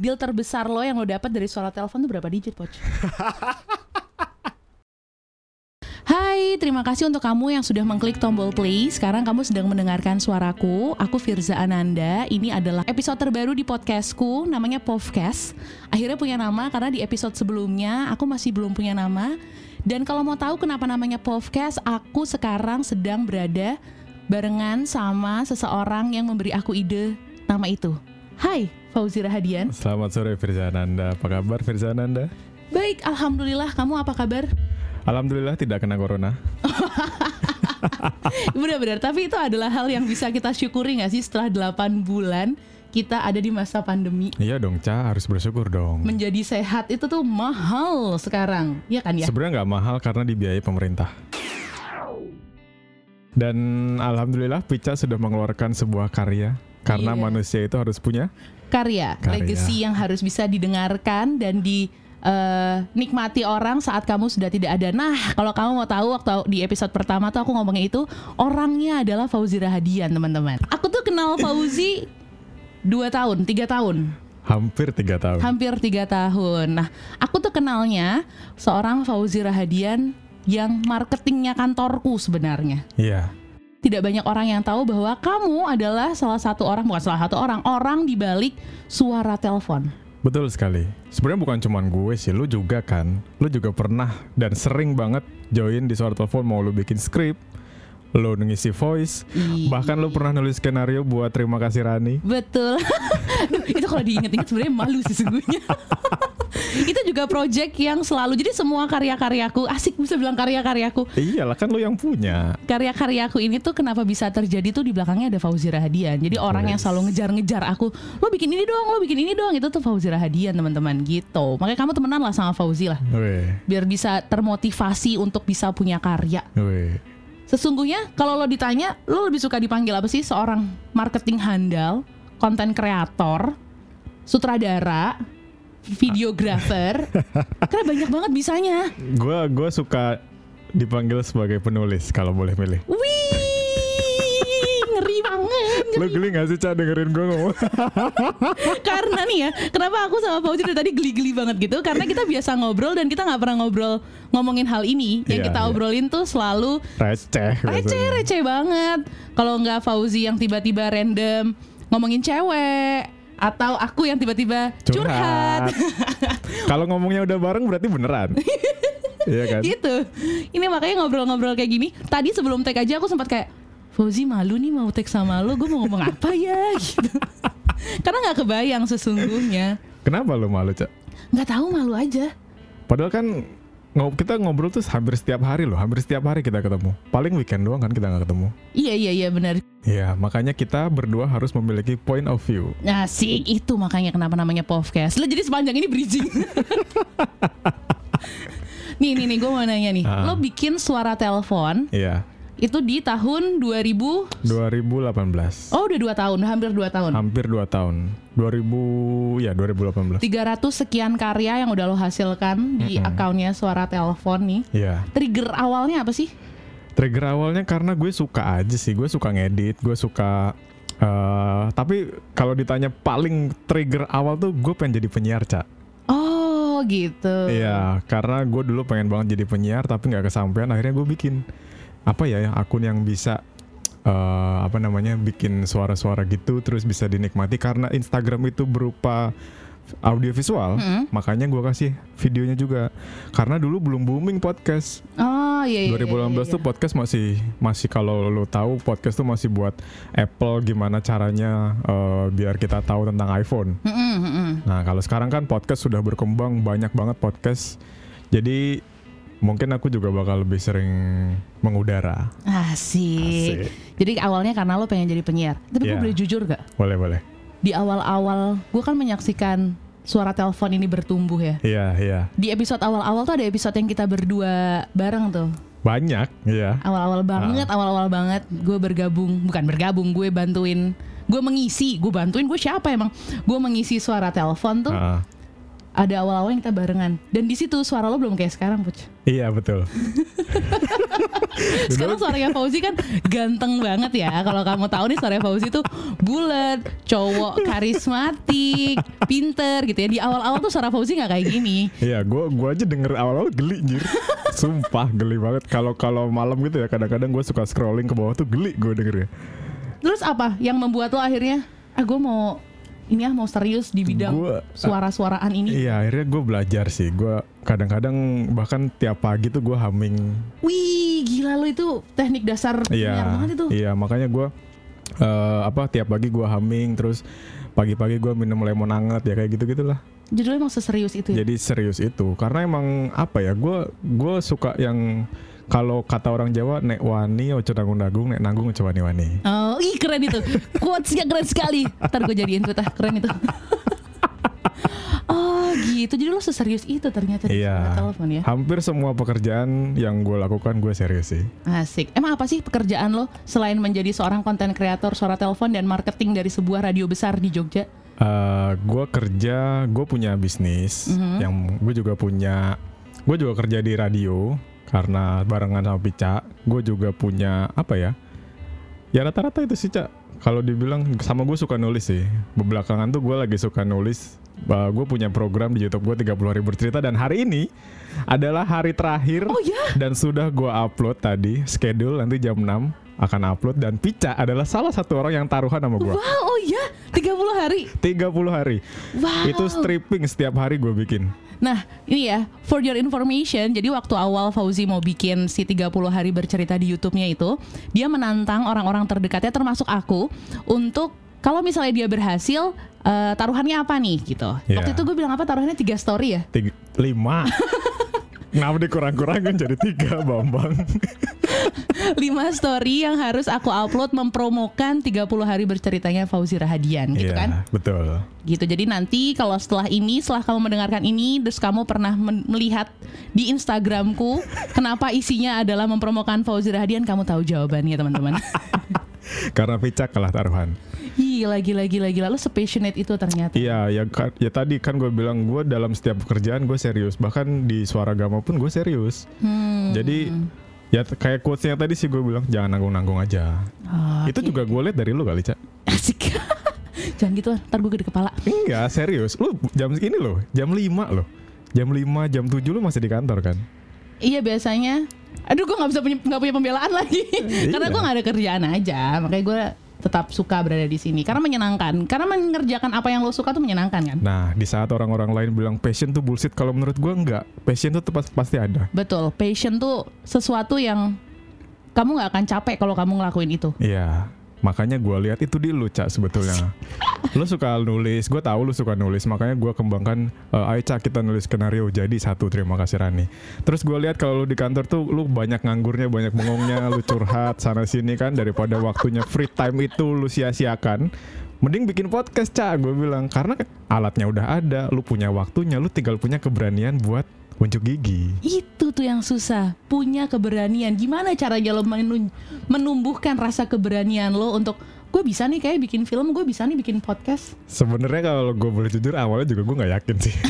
deal terbesar lo yang lo dapat dari suara telepon tuh berapa digit, Poch? Hai, terima kasih untuk kamu yang sudah mengklik tombol play. Sekarang kamu sedang mendengarkan suaraku. Aku Firza Ananda. Ini adalah episode terbaru di podcastku, namanya Povcast. Akhirnya punya nama karena di episode sebelumnya aku masih belum punya nama. Dan kalau mau tahu kenapa namanya Povcast, aku sekarang sedang berada barengan sama seseorang yang memberi aku ide nama itu. Hai, Fauzi Rahadian. Selamat sore Firza Ananda. Apa kabar Firza Ananda? Baik, alhamdulillah. Kamu apa kabar? Alhamdulillah tidak kena corona. Benar-benar, tapi itu adalah hal yang bisa kita syukuri gak sih setelah 8 bulan kita ada di masa pandemi. Iya dong, Ca, harus bersyukur dong. Menjadi sehat itu tuh mahal sekarang, iya kan ya? Sebenarnya gak mahal karena dibiayai pemerintah. Dan alhamdulillah Pica sudah mengeluarkan sebuah karya. Karena manusia itu harus punya karya, legacy yang harus bisa didengarkan dan nikmati orang saat kamu sudah tidak ada. Nah, kalau kamu mau tahu, waktu di episode pertama tuh aku ngomongnya itu, orangnya adalah Fauzi Rahadian, teman-teman. Aku tuh kenal Fauzi 3 tahun. Hampir 3 tahun. Hampir 3 tahun. Nah, aku tuh kenalnya seorang Fauzi Rahadian yang marketingnya kantorku sebenarnya. Iya. Tidak banyak orang yang tahu bahwa kamu adalah orang di balik suara telepon. Betul sekali. Sebenarnya bukan cuma gue sih, lu juga kan. Lu juga pernah dan sering banget join di suara telepon, mau lu bikin skrip, lu ngisi voice, bahkan lu pernah nulis skenario buat Terima Kasih Rani. Betul. Itu kalau diinget-inget sebenarnya malu sesungguhnya. Itu juga project yang selalu, jadi semua karya-karyaku, asik bisa bilang karya-karyaku. Iyalah, kan lu yang punya. Karya-karyaku ini tuh kenapa bisa terjadi tuh di belakangnya ada Fauzi Rahadian. Jadi orang yang selalu ngejar-ngejar aku, lo bikin ini dong, itu tuh Fauzi Rahadian, teman-teman, gitu. Makanya kamu temenan lah sama Fauzi lah. Biar bisa termotivasi untuk bisa punya karya. Sesungguhnya kalau lo ditanya, lo lebih suka dipanggil apa sih? Seorang marketing handal, konten kreator, sutradara, videografer, karena banyak banget bisanya. Gue suka dipanggil sebagai penulis kalau boleh milih. Wih, ngeri banget. Lo geli gak sih, Ca, dengerin gue ngomong? Karena nih ya, kenapa aku sama Fauzi dari tadi geli-geli banget gitu? Karena kita biasa ngobrol dan kita gak pernah ngomongin hal ini. Yang kita obrolin tuh selalu receh banget. Kalau gak Fauzi yang tiba-tiba random ngomongin cewek, atau aku yang tiba-tiba curhat. Kalau ngomongnya udah bareng berarti beneran. Iya kan? Gitu. Ini makanya ngobrol-ngobrol kayak gini. Tadi sebelum tag aja aku sempat kayak, Fauzi, malu nih mau tag sama lo, gue mau ngomong apa ya gitu. Karena gak kebayang sesungguhnya. Kenapa lo malu, Cak? Gak tahu, malu aja. Padahal kan kita ngobrol tuh hampir setiap hari loh. Hampir setiap hari kita ketemu. Paling weekend doang kan kita gak ketemu. Iya benar. Iya, makanya kita berdua harus memiliki point of view. Asik, itu makanya kenapa namanya Povcast. Lo jadi sepanjang ini bridging. Nih, gue mau nanya nih. Lo bikin suara telepon. Iya. Itu di tahun 2018. Oh, udah 2 tahun, hampir 2 tahun. Hampir 2 tahun. 2018. 300 sekian karya yang udah lo hasilkan di akunnya suara telepon nih. Iya. Trigger awalnya apa sih? Trigger awalnya karena gue suka aja sih. Gue suka ngedit, gue suka tapi kalau ditanya paling trigger awal tuh gue pengen jadi penyiar, Ca. Oh, gitu. Iya, karena gue dulu pengen banget jadi penyiar tapi gak kesampean. Akhirnya gue bikin akun yang bisa bikin suara-suara gitu terus bisa dinikmati. Karena Instagram itu berupa audiovisual, makanya gue kasih videonya juga. Karena dulu belum booming podcast. Oh iya. 2018 tuh podcast masih kalau lo tahu podcast tuh masih buat Apple gimana caranya biar kita tahu tentang iPhone. Nah, kalau sekarang kan podcast sudah berkembang, banyak banget podcast. Jadi mungkin aku juga bakal lebih sering mengudara. Asik. Jadi awalnya karena lo pengen jadi penyiar. Tapi gue boleh jujur gak? Boleh. Di awal-awal gue kan menyaksikan suara telepon ini bertumbuh ya. Iya. Di episode awal-awal tuh ada episode yang kita berdua bareng tuh. Banyak, iya. Awal-awal banget gue gue bantuin. Gue bantuin, gue siapa emang? Gue mengisi suara telepon tuh. ada awal-awal yang kita barengan. Dan di situ suara lo belum kayak sekarang, Puc. Iya betul. Sekarang suaranya Fauzi kan ganteng banget ya. Kalau kamu tahu nih suaranya Fauzi tuh bulat, cowok karismatik, pinter gitu ya. Di awal-awal tuh suara Fauzi nggak kayak gini. Iya, gue aja denger awal-awal geli anjir. Sumpah geli banget. Kalau malam gitu ya, kadang-kadang gue suka scrolling ke bawah tuh geli gue dengernya. Terus apa yang membuat lo akhirnya gue mau serius di bidang suara-suaraan ini? Iya, akhirnya gue belajar sih. Gue kadang-kadang bahkan tiap pagi tuh gue humming. Wih, gila lo, itu teknik dasar banget itu. Iya, makanya gue tiap pagi gue humming, terus pagi-pagi gue minum lemon hangat ya kayak gitu-gitulah. Jadi lo emang seserius itu ya? Jadi serius itu, karena emang gue suka yang kalau kata orang Jawa, nek wani ojo nanggung-nanggung, nek nanggung ojo wani-wani. Oh, keren itu. Quotes-nya keren sekali. Ntar gue jadiin tuh, keren itu. Oh gitu, jadi lo seserius itu ternyata di telepon ya? Hampir semua pekerjaan yang gue lakukan gue serius sih. Asik. Emang apa sih pekerjaan lo selain menjadi seorang konten kreator suara telepon dan marketing dari sebuah radio besar di Jogja? Gue punya bisnis, yang gue juga kerja di radio. Karena barengan sama Pica, gue juga punya ya rata-rata itu sih, Cak. Kalau dibilang sama gue suka nulis sih. Belakangan tuh gue lagi suka nulis. Gue punya program di YouTube gue 30 hari bercerita, dan hari ini adalah hari terakhir. Oh ya? Dan sudah gue upload tadi, schedule nanti jam 6 akan upload, dan Pica adalah salah satu orang yang taruhan sama gue. Wow, oh ya? 30 hari? 30 hari. Wow. Itu stripping setiap hari gue bikin. Nah ini ya, for your information, jadi waktu awal Fauzi mau bikin si 30 hari bercerita di YouTube-nya itu, dia menantang orang-orang terdekatnya termasuk aku untuk kalau misalnya dia berhasil, taruhannya apa nih gitu. Waktu itu gue bilang apa, taruhannya 3 story ya? 5. Kenapa dikurang-kurangin jadi 3, Bambang? 5 story yang harus aku upload mempromokan 30 hari berceritanya Fauzi Rahadian gitu kan? Betul. Gitu, jadi nanti kalau setelah kamu mendengarkan ini, terus kamu pernah melihat di Instagramku kenapa isinya adalah mempromokan Fauzi Rahadian, kamu tahu jawabannya teman-teman. Karena Pica kalah taruhan. Gila, lu sepassionate itu ternyata. Iya, ya tadi kan gue bilang gue dalam setiap pekerjaan gue serius. Bahkan di Suara Gama pun gue serius. Jadi ya kayak quotes-nya tadi sih, gue bilang jangan nanggung-nanggung aja. Itu juga gue lihat dari lu kali, Cak. Asik. Jangan gitu, ntar gue gede kepala. Enggak, serius. Lu jam segini loh, jam 5 loh. Jam 5, jam 7 lu masih di kantor kan? Iya, biasanya. Aduh, gue gak punya pembelaan lagi. Karena gue gak ada kerjaan aja. Makanya gue tetap suka berada di sini karena menyenangkan. Karena mengerjakan apa yang lo suka tuh menyenangkan kan. Nah, di saat orang-orang lain bilang passion tuh bullshit, kalau menurut gue enggak. Passion tuh pasti ada. Betul, passion tuh sesuatu yang kamu nggak akan capek kalau kamu ngelakuin itu. Iya, makanya gue lihat itu di lu, Cak, sebetulnya. Lu suka nulis, gue tahu lu suka nulis, makanya gue kembangkan, ayo Cak kita nulis skenario jadi satu. Terima kasih Rani. Terus gue lihat kalau lu di kantor tuh lu banyak nganggurnya, banyak bengongnya, lu curhat sana sini kan, daripada waktunya free time itu lu sia-siakan. Mending bikin podcast, Cak, gue bilang, karena alatnya udah ada, lu punya waktunya, lu tinggal punya keberanian buat unjuk gigi. Itu tuh yang susah, punya keberanian. Gimana caranya lo menumbuhkan rasa keberanian lo untuk gue bisa nih kayak bikin film, gue bisa nih bikin podcast. Sebenarnya kalau gue boleh jujur, awalnya juga gue nggak yakin sih.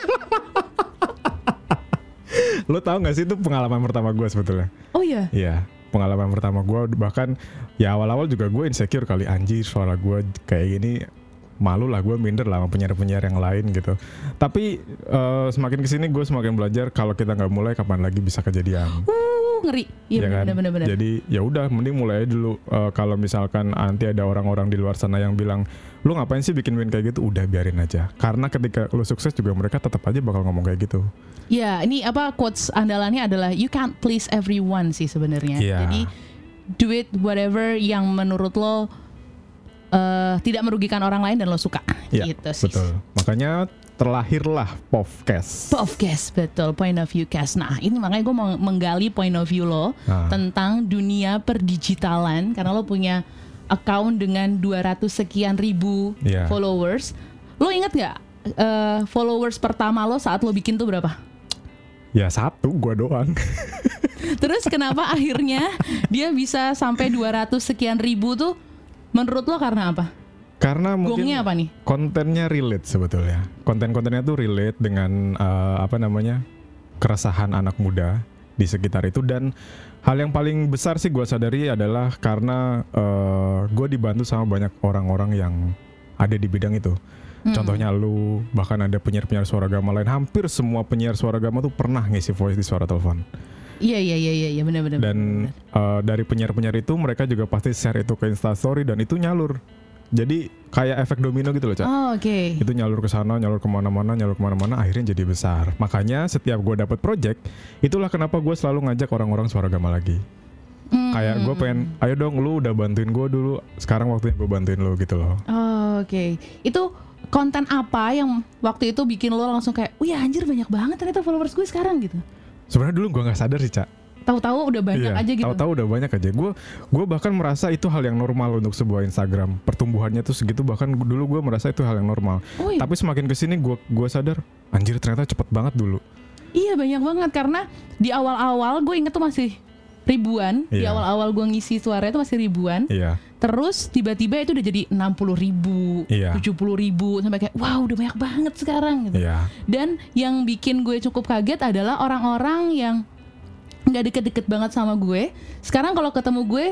Lo tau nggak sih itu pengalaman pertama gue sebetulnya? Oh iya. Iya, pengalaman pertama gue, bahkan ya awal-awal juga gue insecure kali, anjir suara gue kayak gini. Malu lah, gue minder lah sama penyiar-penyiar yang lain gitu. Tapi semakin kesini gue semakin belajar kalau kita nggak mulai kapan lagi bisa kejadian. Ngeri. Iya ya kan? benar. Jadi ya udah, mending mulai dulu. Kalau misalkan nanti ada orang-orang di luar sana yang bilang lu ngapain sih bikin kayak gitu, udah biarin aja. Karena ketika lu sukses juga mereka tetap aja bakal ngomong kayak gitu. Ya, ini apa quotes andalannya adalah you can't please everyone sih sebenarnya. Yeah. Jadi do it whatever yang menurut lo tidak merugikan orang lain dan lo suka. Ya, gitu sih. Betul. Makanya terlahirlah Povcast. Povcast, betul, point of view cast. Nah, ini makanya gue mau menggali point of view lo tentang dunia perdigitalan, karena lo punya account dengan 200 sekian ribu followers. Lo inget gak followers pertama lo saat lo bikin tuh berapa? Ya 1, gue doang. Terus kenapa akhirnya dia bisa sampai 200 sekian ribu tuh? Menurut lo karena apa? Karena mungkin gongnya apa nih? Kontennya relate sebetulnya. Konten-kontennya tuh relate dengan keresahan anak muda di sekitar itu. Dan hal yang paling besar sih gue sadari adalah karena gue dibantu sama banyak orang-orang yang ada di bidang itu. Contohnya lu, bahkan ada penyiar-penyiar suara gama lain. Hampir semua penyiar suara gama tuh pernah ngisi voice di Suara Telepon. Iya benar-benar. Dan dari penyiar-penyiar itu mereka juga pasti share itu ke Instastory dan itu nyalur. Jadi kayak efek domino gitu loh, Cak. Oh, oke. Itu nyalur ke sana, nyalur kemana-mana, akhirnya jadi besar. Makanya setiap gue dapat project, itulah kenapa gue selalu ngajak orang-orang suara gama lagi. Kayak gue pengen, ayo dong lu udah bantuin gue dulu, sekarang waktunya gue bantuin lu gitu loh. Oh, oke. Itu konten apa yang waktu itu bikin lo langsung kayak, wih anjir banyak banget ternyata followers gue sekarang gitu? Sebenarnya dulu gue nggak sadar sih, Cak. Tahu-tahu udah banyak aja gitu. Tahu-tahu udah banyak aja. Gue bahkan merasa itu hal yang normal untuk sebuah Instagram. Pertumbuhannya tuh segitu, bahkan dulu gue merasa itu hal yang normal. Oh, iya. Tapi semakin kesini gue sadar, anjir ternyata cepet banget dulu. Iya banyak banget, karena di awal-awal gue inget tuh masih ribuan. Di awal-awal gue ngisi suara itu masih ribuan. Iya. Terus tiba-tiba itu udah jadi 60.000, 70.000, sampai kayak wow udah banyak banget sekarang gitu. Iya. Dan yang bikin gue cukup kaget adalah orang-orang yang nggak deket-deket banget sama gue. Sekarang kalau ketemu gue,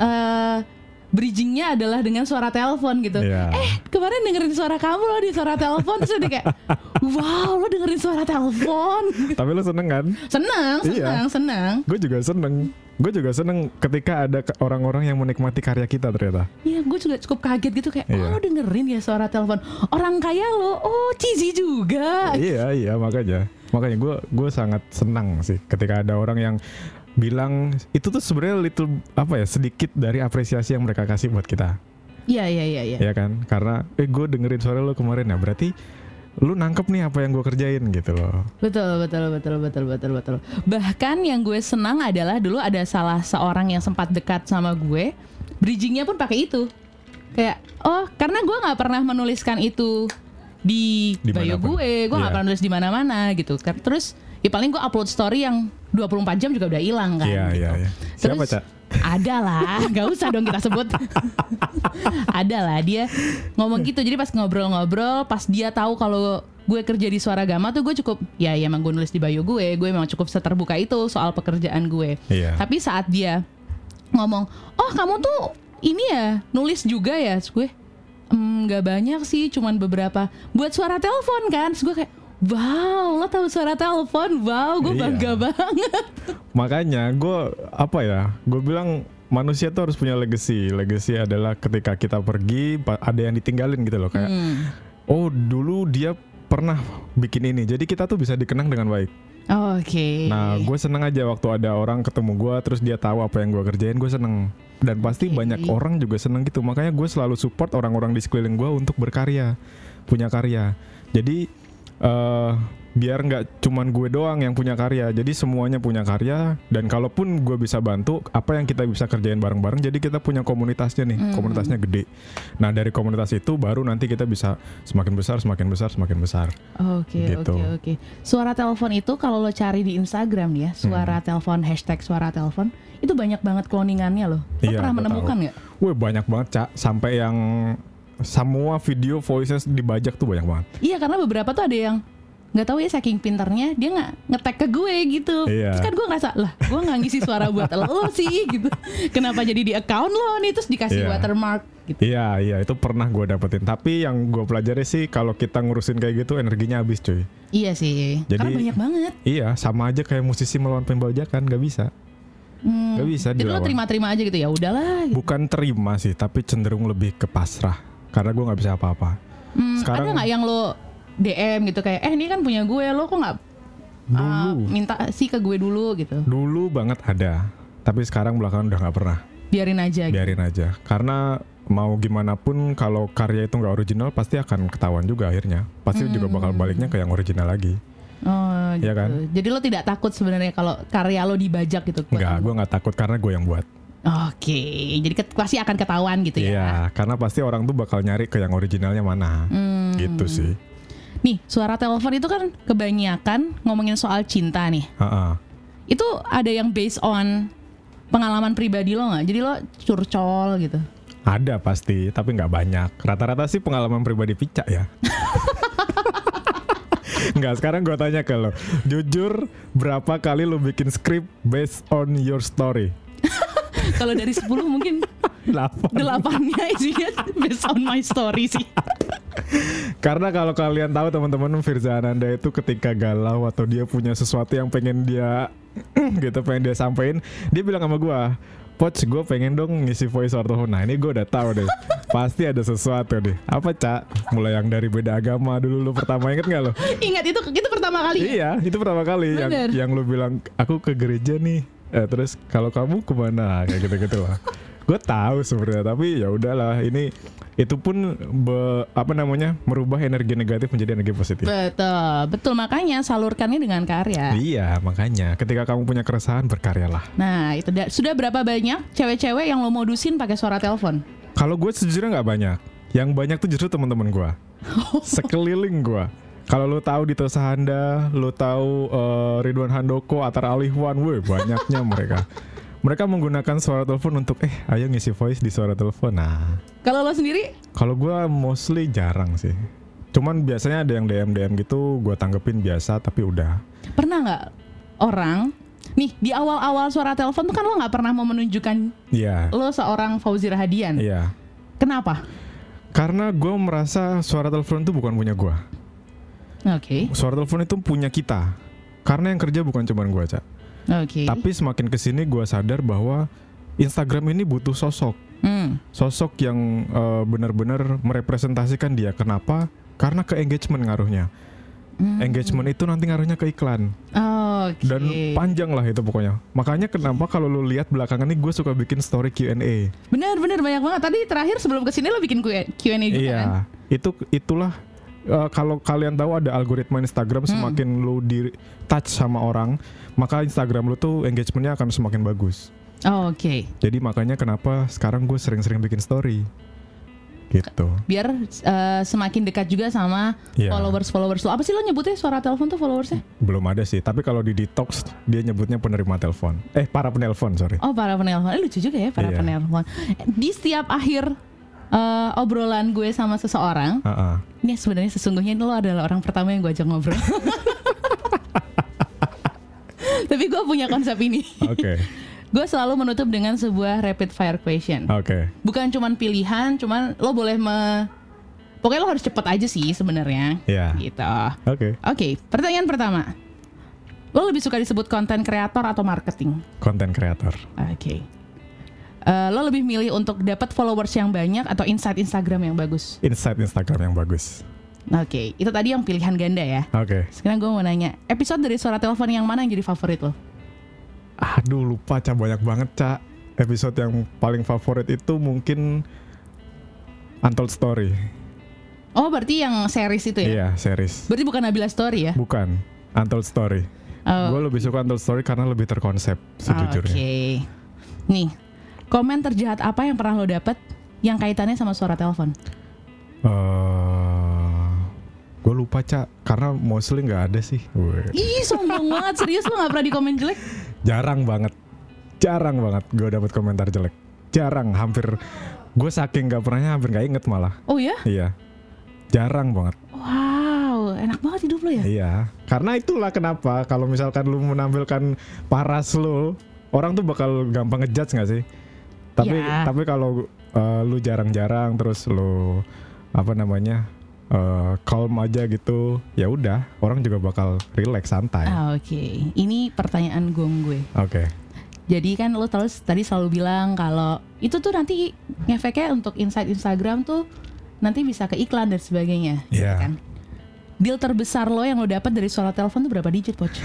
bridgingnya adalah dengan suara telepon gitu. Kemarin dengerin suara kamu loh di suara telepon. Terus udah kayak wow lo dengerin suara telepon. Tapi lo seneng kan? Seneng. Gue juga seneng ketika ada orang-orang yang menikmati karya kita ternyata. Iya, gue juga cukup kaget gitu kayak lo dengerin ya suara telepon. Orang kaya lo, cheesy juga. Iya makanya gue sangat senang sih ketika ada orang yang bilang itu tuh sebenarnya sedikit dari apresiasi yang mereka kasih buat kita. Iya. Iya kan? Karena gue dengerin suara lo kemarin ya, berarti lu nangkep nih apa yang gue kerjain gitu loh. Betul. Bahkan yang gue senang adalah dulu ada salah seorang yang sempat dekat sama gue, bridgingnya pun pakai itu. Kayak karena gue nggak pernah menuliskan itu di bio gue nggak pernah nulis di mana-mana gitu kan. Terus ya paling gue upload story yang 24 jam juga udah hilang kan. Iya. Siapa, Cak? Ada lah, gak usah dong kita sebut. Ada lah, dia ngomong gitu. Jadi pas ngobrol-ngobrol, pas dia tahu kalau gue kerja di Suara Gama tuh gue cukup, ya emang gue nulis di bio gue memang cukup seterbuka itu soal pekerjaan gue. Tapi saat dia ngomong, kamu tuh ini ya nulis juga ya, terus gue gak banyak sih, cuman beberapa buat suara telepon kan. Terus gue kayak wow, lo tahu suara telepon? Wow, gue bangga banget. Makanya gue bilang manusia tuh harus punya legacy. Legacy adalah ketika kita pergi ada yang ditinggalin gitu loh, kayak dulu dia pernah bikin ini, jadi kita tuh bisa dikenang dengan baik. Oke. Nah, gue seneng aja waktu ada orang ketemu gue terus dia tahu apa yang gue kerjain, gue seneng. Dan pasti banyak orang juga seneng gitu. Makanya gue selalu support orang-orang di sekeliling gue untuk berkarya, punya karya. Jadi biar nggak cuman gue doang yang punya karya, jadi semuanya punya karya. Dan kalaupun gue bisa bantu, apa yang kita bisa kerjain bareng-bareng, jadi kita punya komunitasnya nih, komunitasnya gede. Nah dari komunitas itu baru nanti kita bisa semakin besar. Oke. Suara telepon itu kalau lo cari di Instagram ya, suara telepon #suara telepon itu banyak banget cloningannya loh. Lo pernah menemukan nggak? Wih banyak banget, Cak, sampai yang semua video voices dibajak tuh banyak banget. Iya, karena beberapa tuh ada yang nggak tahu ya saking pinternya dia nggak nge-tag ke gue gitu. Terus kan gue ngerasa lah gue nggak ngisi suara buat lo sih gitu. Kenapa jadi di account lo nih terus dikasih watermark gitu. Iya itu pernah gue dapetin. Tapi yang gue pelajari sih kalau kita ngurusin kayak gitu energinya habis cuy. Iya sih. Jadi, karena banyak banget. Iya sama aja kayak musisi melawan pembajakan, nggak bisa. Nggak bisa dilawan. Jadi lo terima-terima aja gitu ya udahlah. Gitu. Bukan terima sih, tapi cenderung lebih ke pasrah. Karena gue nggak bisa apa-apa. Sekarang ada nggak yang lo DM gitu kayak ini kan punya gue, lo kok nggak minta sih ke gue dulu gitu? Dulu banget ada, tapi sekarang belakangan udah nggak pernah. Biarin aja. Karena mau gimana pun kalau karya itu nggak original pasti akan ketahuan juga akhirnya. Pasti juga bakal baliknya ke yang original lagi. Oh gitu. Ya kan? Jadi lo tidak takut sebenarnya kalau karya lo dibajak gitu? Enggak, gue nggak takut karena gue yang buat. Oke, jadi pasti akan ketahuan gitu ya? Iya, karena pasti orang tuh bakal nyari ke yang originalnya mana, gitu sih. Nih, suara telepon itu kan kebanyakan ngomongin soal cinta nih. Itu ada yang based on pengalaman pribadi lo nggak? Jadi lo curcol gitu? Ada pasti, tapi nggak banyak. Rata-rata sih pengalaman pribadi Pica ya. Nggak, sekarang gue tanya ke lo. Jujur, berapa kali lo bikin skrip based on your story? Kalau dari 10 mungkin 8-nya isinya based on my story sih. Karena kalau kalian tahu teman-teman, Firza Ananda itu ketika galau atau dia punya sesuatu yang pengen dia pengen dia sampein, dia bilang sama gue, Poch, gue pengen dong ngisi voice over phone. Nah ini gue udah tahu deh, pasti ada sesuatu deh. Apa, Cak? Mulai yang dari beda agama dulu lo pertama, inget gak lo? Ingat, itu pertama kali. Iya, itu pertama kali yang lo bilang aku ke gereja nih. Terus kalau kamu kemana? Kayak gitu-gitu lah. Gue tahu sebenarnya, tapi ya udahlah, itu pun merubah energi negatif menjadi energi positif. Betul, makanya salurkannya dengan karya. Iya, makanya ketika kamu punya keresahan, berkaryalah. Nah, itu sudah berapa banyak cewek-cewek yang lo modusin pakai suara telepon? Kalau gue sejujurnya nggak banyak. Yang banyak tuh justru teman-teman gue, sekeliling gue. Kalau lo tahu Dito Sahanda, lo tahu Ridwan Handoko, Atar Alihwan, banyaknya mereka. Mereka menggunakan suara telepon untuk ayo ngisi voice di suara telepon. Nah, kalau lo sendiri? Kalau gue mostly jarang sih. Cuman biasanya ada yang DM gitu, gue tanggepin biasa, tapi udah. Pernah nggak orang nih di awal-awal suara telepon tuh kan lo nggak pernah mau menunjukkan lo seorang Fauzi Rahadian? Iya. Kenapa? Karena gue merasa suara telepon itu bukan punya gue. Oke. Suara telepon itu punya kita. Karena yang kerja bukan cuma gue, Cak. Oke. Tapi semakin kesini gue sadar bahwa Instagram ini butuh sosok. Sosok yang benar-benar merepresentasikan dia. Kenapa? Karena ke engagement ngaruhnya. Engagement itu nanti ngaruhnya ke iklan. Dan panjang lah itu pokoknya. Makanya kenapa kalau lu lihat belakangan ini gue suka bikin story Q&A. Bener banyak banget. Tadi terakhir sebelum kesini lo bikin Q&A juga kan? Iya. Itulah. Kalau kalian tahu ada algoritma Instagram, semakin lu di touch sama orang, maka Instagram lu tuh engagementnya akan semakin bagus. Oke. Jadi makanya kenapa sekarang gue sering-sering bikin story gitu. Biar semakin dekat juga sama followers lo. Apa sih lo nyebutnya suara telepon tuh followersnya? Belum ada sih. Tapi kalau di Detox dia nyebutnya penerima telepon. Para penelpon, sorry. Oh, para penelpon. Lucu juga ya para penelpon. Di setiap akhir obrolan gue sama seseorang, ini sebenarnya sesungguhnya lo adalah orang pertama yang gue ajak ngobrol. Tapi gue punya konsep ini. Oke. Gue selalu menutup dengan sebuah rapid fire question. Oke. Bukan cuman pilihan, cuman lo boleh pokoknya lo harus cepet aja sih sebenarnya. Iya. Gitu. Oke. Pertanyaan pertama. Lo lebih suka disebut content creator atau marketing? Content creator. Oke. Lo lebih milih untuk dapat followers yang banyak atau insight Instagram yang bagus? Insight Instagram yang bagus. Oke. Itu tadi yang pilihan ganda ya. Oke. Sekarang gue mau nanya, episode dari suara telepon yang mana yang jadi favorit lo? Aduh, lupa, Cak, banyak banget, Cak. Episode yang paling favorit itu mungkin Untold Story. Oh, berarti yang series itu ya? Iya, series. Berarti bukan Nabila Story ya? Bukan, Untold Story. Gue lebih suka Untold Story karena lebih terkonsep sejujurnya. Oke. Nih, komen terjahat apa yang pernah lo dapet yang kaitannya sama suara telepon? Gue lupa, Cak, karena mostly nggak ada sih. Ih, sombong banget. Serius lo nggak pernah di komen jelek? Jarang banget gue dapet komentar jelek. Jarang, hampir. Gue saking nggak pernahnya hampir nggak inget malah. Oh ya? Iya, jarang banget. Wow, enak banget hidup lo ya? Iya, karena itulah kenapa kalau misalkan lu menampilkan paras lu, orang tuh bakal gampang ngejudge nggak sih? Tapi kalau lu jarang-jarang terus lu calm aja gitu, ya udah orang juga bakal relax, santai. Oke. Ini pertanyaan gong gue. Oke. Jadi kan lo tadi selalu bilang kalau itu tuh nanti ngefeknya untuk insight Instagram tuh nanti bisa ke iklan dan sebagainya. Iya. Kan? Deal terbesar lo yang lo dapat dari suara telepon tuh berapa digit, Poch?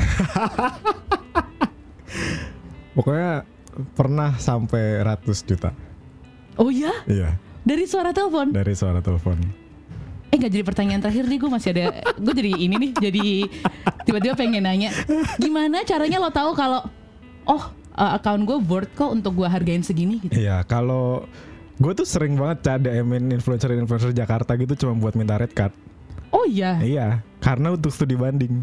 Pokoknya pernah sampai 100 juta. Oh ya? Iya. Dari suara telepon? Dari suara telepon. Gak jadi pertanyaan terakhir nih, gue masih ada. Gue jadi ini nih, jadi tiba-tiba pengen nanya, gimana caranya lo tahu kalau account gue worth kok untuk gue hargain segini gitu? Iya, kalau gue tuh sering banget DM-in influencer Jakarta gitu cuma buat minta red card. Oh iya? Iya, karena untuk studi banding.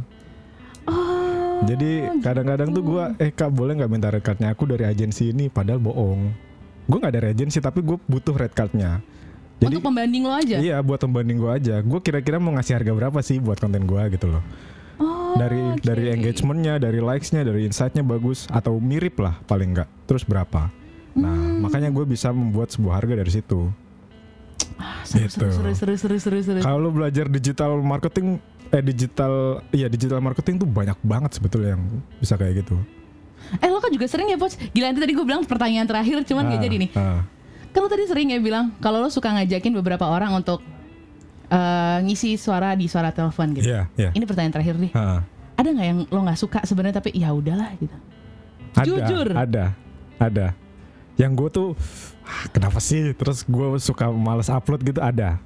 Jadi kadang-kadang tuh gue Kak boleh gak minta red cardnya, aku dari agensi ini, padahal bohong. gue nggak ada regen sih, tapi gue butuh red cardnya. Jadi, untuk pembanding lo aja? Iya, buat pembanding gue aja. Gue kira-kira mau ngasih harga berapa sih buat konten gue gitu loh. Dari engagementnya, dari likesnya, dari insightnya bagus atau mirip lah paling enggak. Terus berapa? Nah, makanya gue bisa membuat sebuah harga dari situ. Seru. Kalau lo belajar digital marketing, digital marketing tuh banyak banget sebetulnya yang bisa kayak gitu. Lo kan juga sering ya, Poch. Gila, nanti tadi gue bilang pertanyaan terakhir, cuman gak jadi nih. Kan lo tadi sering ya bilang kalau lo suka ngajakin beberapa orang untuk ngisi suara di suara telepon gitu. Ini pertanyaan terakhir nih. Ada nggak yang lo nggak suka sebenarnya tapi ya udahlah gitu? Jujur. Ada. Yang gue tuh kenapa sih? Terus gue suka males upload gitu. Ada.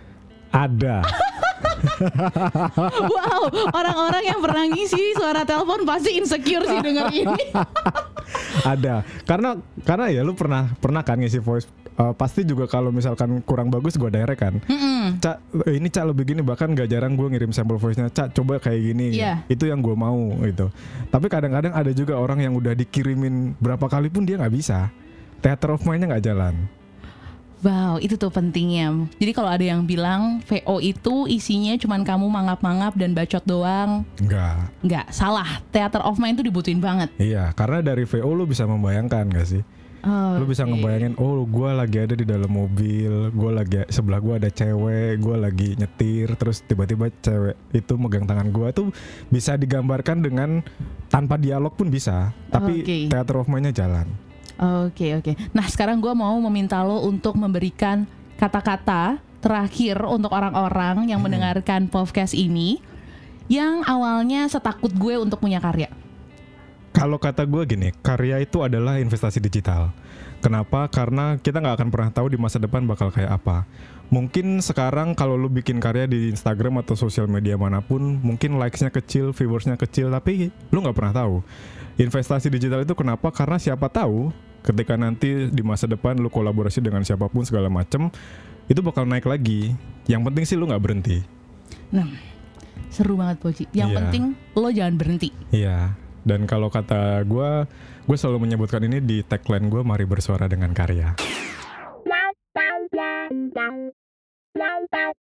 Wow, orang-orang yang pernah ngisi suara telepon pasti insecure sih denger ini. Ada. Karena ya lu pernah kan ngisi voice. Pasti juga kalau misalkan kurang bagus gue direct kan. Cak, ini Cak lebih gini, bahkan gak jarang gue ngirim sampel voice-nya. Cak, coba kayak gini. Itu yang gue mau gitu. Tapi kadang-kadang ada juga orang yang udah dikirimin berapa kali pun dia gak bisa. Theater of mind-nya gak jalan. Wow, itu tuh pentingnya. Jadi kalau ada yang bilang VO itu isinya cuman kamu mangap-mangap dan bacot doang. Enggak, salah. Theater of mind itu dibutuhin banget. Iya, karena dari VO lu bisa membayangkan gak sih? Lu bisa ngebayangin, gue lagi ada di dalam mobil, sebelah gue ada cewek, gue lagi nyetir, terus tiba-tiba cewek itu megang tangan gue, tuh bisa digambarkan dengan tanpa dialog pun bisa, tapi theater of mind-nya jalan. Oke. Nah sekarang gue mau meminta lo untuk memberikan kata-kata terakhir untuk orang-orang yang mendengarkan podcast ini, yang awalnya setakut gue untuk punya karya. Kalau kata gue gini, karya itu adalah investasi digital. Kenapa? Karena kita gak akan pernah tahu di masa depan bakal kayak apa. Mungkin sekarang kalau lu bikin karya di Instagram atau sosial media manapun, mungkin likes-nya kecil, viewersnya kecil, tapi lu gak pernah tahu. Investasi digital itu kenapa? Karena siapa tahu ketika nanti di masa depan lu kolaborasi dengan siapapun segala macem, itu bakal naik lagi. Yang penting sih lu gak berhenti. Nah, seru banget Poci. Yang penting lo jangan berhenti. Iya. Dan kalau kata gue selalu menyebutkan ini di tagline gue, mari bersuara dengan karya.